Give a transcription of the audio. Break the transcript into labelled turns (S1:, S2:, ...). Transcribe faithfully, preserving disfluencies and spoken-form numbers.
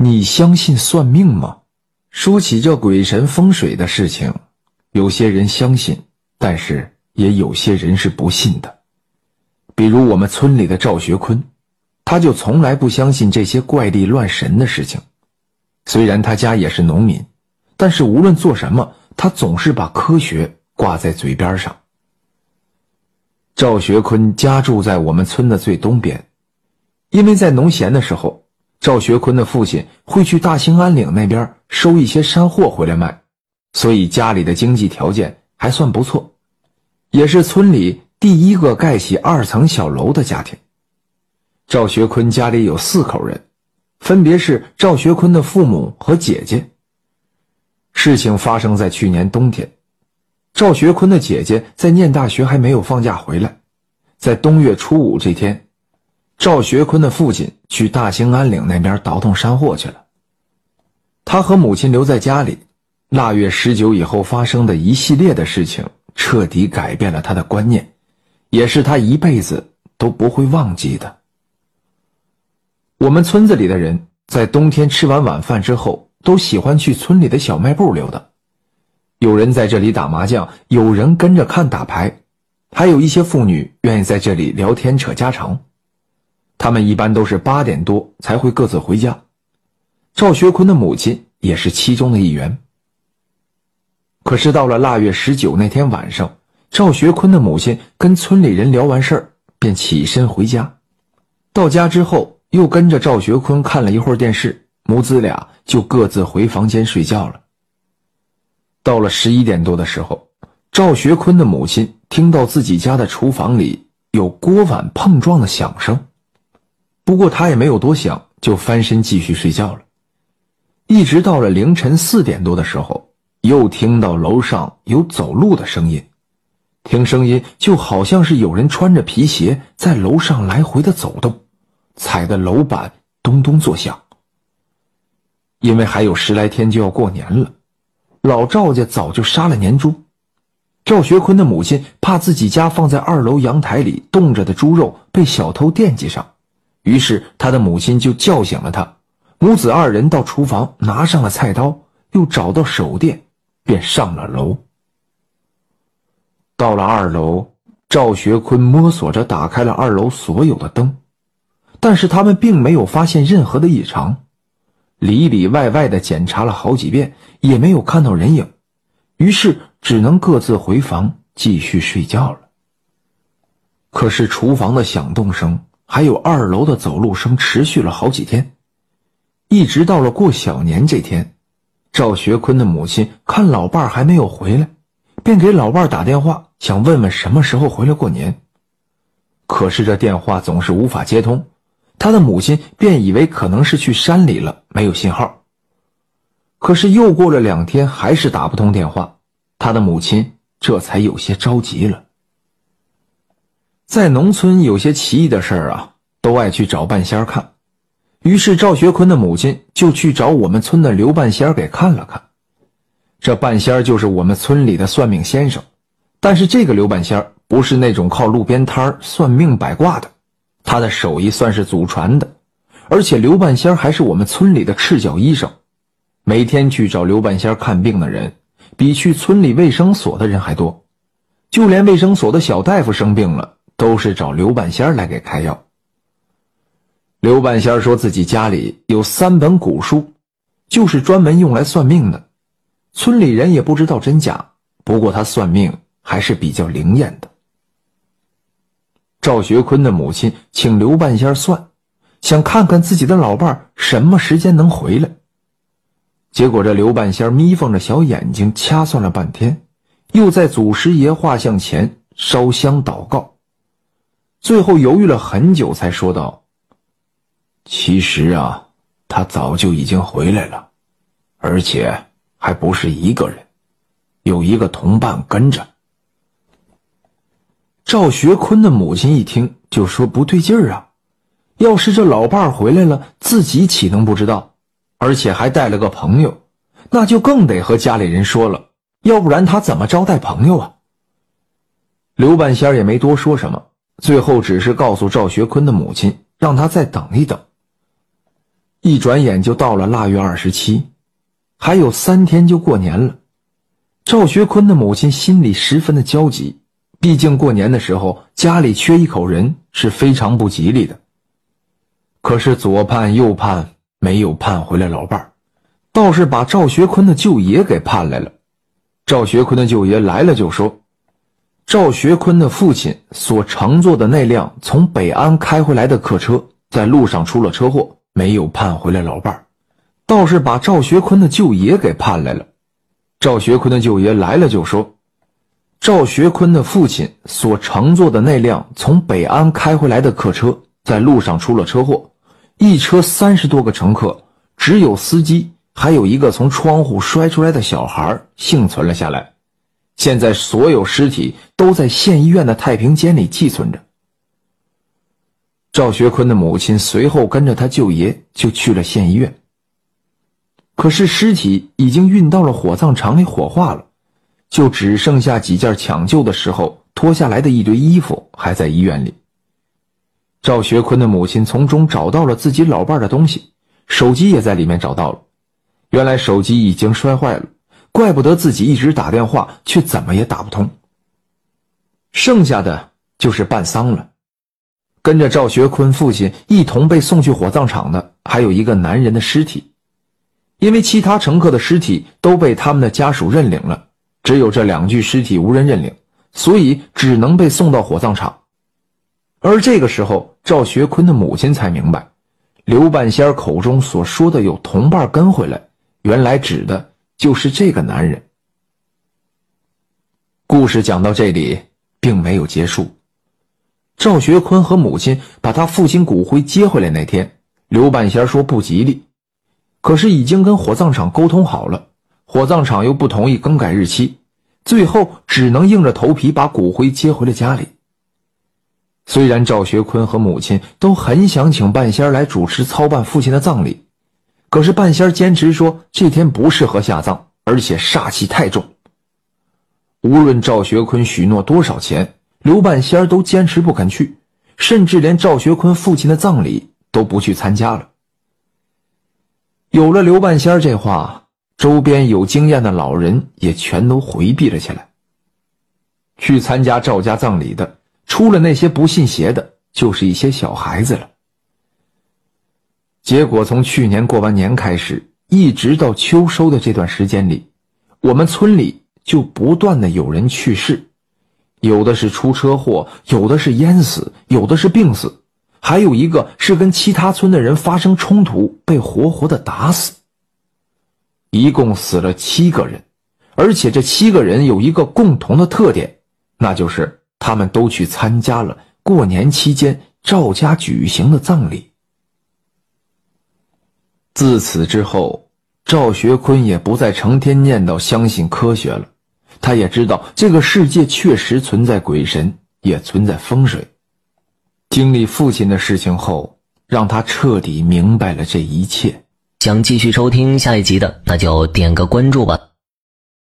S1: 你相信算命吗？说起这鬼神风水的事情，有些人相信，但是也有些人是不信的。比如我们村里的赵学坤，他就从来不相信这些怪力乱神的事情。虽然他家也是农民，但是无论做什么，他总是把科学挂在嘴边上。赵学坤家住在我们村的最东边，因为在农闲的时候，赵学坤的父亲会去大兴安岭那边收一些山货回来卖，所以家里的经济条件还算不错，也是村里第一个盖起二层小楼的家庭。赵学坤家里有四口人，分别是赵学坤的父母和姐姐。事情发生在去年冬天，赵学坤的姐姐在念大学还没有放假回来，在冬月初五这天，赵学坤的父亲去大兴安岭那边倒腾山货去了。他和母亲留在家里，腊月十九以后发生的一系列的事情彻底改变了他的观念，也是他一辈子都不会忘记的。我们村子里的人在冬天吃完晚饭之后，都喜欢去村里的小卖部溜达。有人在这里打麻将，有人跟着看打牌，还有一些妇女愿意在这里聊天扯家常。他们一般都是八点多才会各自回家。赵学坤的母亲也是其中的一员。可是到了腊月十九那天晚上，赵学坤的母亲跟村里人聊完事儿，便起身回家。到家之后，又跟着赵学坤看了一会儿电视，母子俩就各自回房间睡觉了。到了十一点多的时候，赵学坤的母亲听到自己家的厨房里有锅碗碰撞的响声，不过他也没有多想，就翻身继续睡觉了。一直到了凌晨四点多的时候，又听到楼上有走路的声音，听声音就好像是有人穿着皮鞋在楼上来回的走动，踩的楼板咚咚作响。因为还有十来天就要过年了，老赵家早就杀了年猪。赵学坤的母亲怕自己家放在二楼阳台里冻着的猪肉被小偷惦记上，于是他的母亲就叫醒了他，母子二人到厨房拿上了菜刀，又找到手电，便上了楼。到了二楼，赵学坤摸索着打开了二楼所有的灯，但是他们并没有发现任何的异常，里里外外的检查了好几遍，也没有看到人影，于是只能各自回房继续睡觉了。可是厨房的响动声还有二楼的走路声持续了好几天，一直到了过小年这天，赵学坤的母亲看老伴儿还没有回来，便给老伴儿打电话，想问问什么时候回来过年。可是这电话总是无法接通，他的母亲便以为可能是去山里了，没有信号。可是又过了两天，还是打不通电话，他的母亲这才有些着急了。在农村有些奇异的事儿啊，都爱去找半仙看。于是赵学坤的母亲就去找我们村的刘半仙给看了看。这半仙就是我们村里的算命先生，但是这个刘半仙不是那种靠路边摊算命摆卦的，他的手艺算是祖传的，而且刘半仙还是我们村里的赤脚医生。每天去找刘半仙看病的人比去村里卫生所的人还多，就连卫生所的小大夫生病了，都是找刘半仙来给开药。刘半仙说自己家里有三本古书，就是专门用来算命的，村里人也不知道真假，不过他算命还是比较灵验的。赵学坤的母亲请刘半仙算，想看看自己的老伴儿什么时间能回来。结果这刘半仙眯缝着小眼睛掐算了半天，又在祖师爷画像前烧香祷告，最后犹豫了很久才说道：其实啊，他早就已经回来了，而且还不是一个人，有一个同伴跟着。赵学坤的母亲一听就说不对劲儿啊，要是这老伴儿回来了，自己岂能不知道？而且还带了个朋友，那就更得和家里人说了，要不然他怎么招待朋友啊？刘半仙也没多说什么，最后只是告诉赵学坤的母亲，让他再等一等。 一转眼就到了腊月二十七，还有三天就过年了。赵学坤的母亲心里十分的焦急，毕竟过年的时候家里缺一口人是非常不吉利的。可是左盼右盼，没有盼回来老伴儿，倒是把赵学坤的舅爷给盼来了。赵学坤的舅爷来了就说，赵学坤的父亲所乘坐的那辆从北安开回来的客车在路上出了车祸，没有盼回来老伴儿，倒是把赵学坤的舅爷给盼来了。赵学坤的舅爷来了就说，赵学坤的父亲所乘坐的那辆从北安开回来的客车在路上出了车祸，一车三十多个乘客，只有司机还有一个从窗户摔出来的小孩幸存了下来。现在所有尸体都在县医院的太平间里寄存着。赵学坤的母亲随后跟着他舅爷就去了县医院，可是尸体已经运到了火葬场里火化了，就只剩下几件抢救的时候脱下来的一堆衣服还在医院里。赵学坤的母亲从中找到了自己老伴的东西，手机也在里面找到了。原来手机已经摔坏了，怪不得自己一直打电话却怎么也打不通。剩下的就是办丧了。跟着赵学坤父亲一同被送去火葬场的还有一个男人的尸体，因为其他乘客的尸体都被他们的家属认领了，只有这两具尸体无人认领，所以只能被送到火葬场。而这个时候赵学坤的母亲才明白，刘半仙口中所说的有同伴跟回来，原来指的就是这个男人。故事讲到这里并没有结束。赵学坤和母亲把他父亲骨灰接回来那天，刘半仙说不吉利，可是已经跟火葬场沟通好了，火葬场又不同意更改日期，最后只能硬着头皮把骨灰接回了家里。虽然赵学坤和母亲都很想请半仙来主持操办父亲的葬礼，可是半仙坚持说这天不适合下葬，而且煞气太重。无论赵学坤许诺多少钱，刘半仙都坚持不肯去，甚至连赵学坤父亲的葬礼都不去参加了。有了刘半仙这话，周边有经验的老人也全都回避了起来。去参加赵家葬礼的，除了那些不信邪的，就是一些小孩子了。结果从去年过完年开始，一直到秋收的这段时间里，我们村里就不断的有人去世，有的是出车祸，有的是淹死，有的是病死，还有一个是跟其他村的人发生冲突，被活活的打死。一共死了七个人，而且这七个人有一个共同的特点，那就是他们都去参加了过年期间赵家举行的葬礼。自此之后，赵学坤也不再成天念叨相信科学了，他也知道这个世界确实存在鬼神，也存在风水。经历父亲的事情后，让他彻底明白了这一切。
S2: 想继续收听下一集的，那就点个关注吧。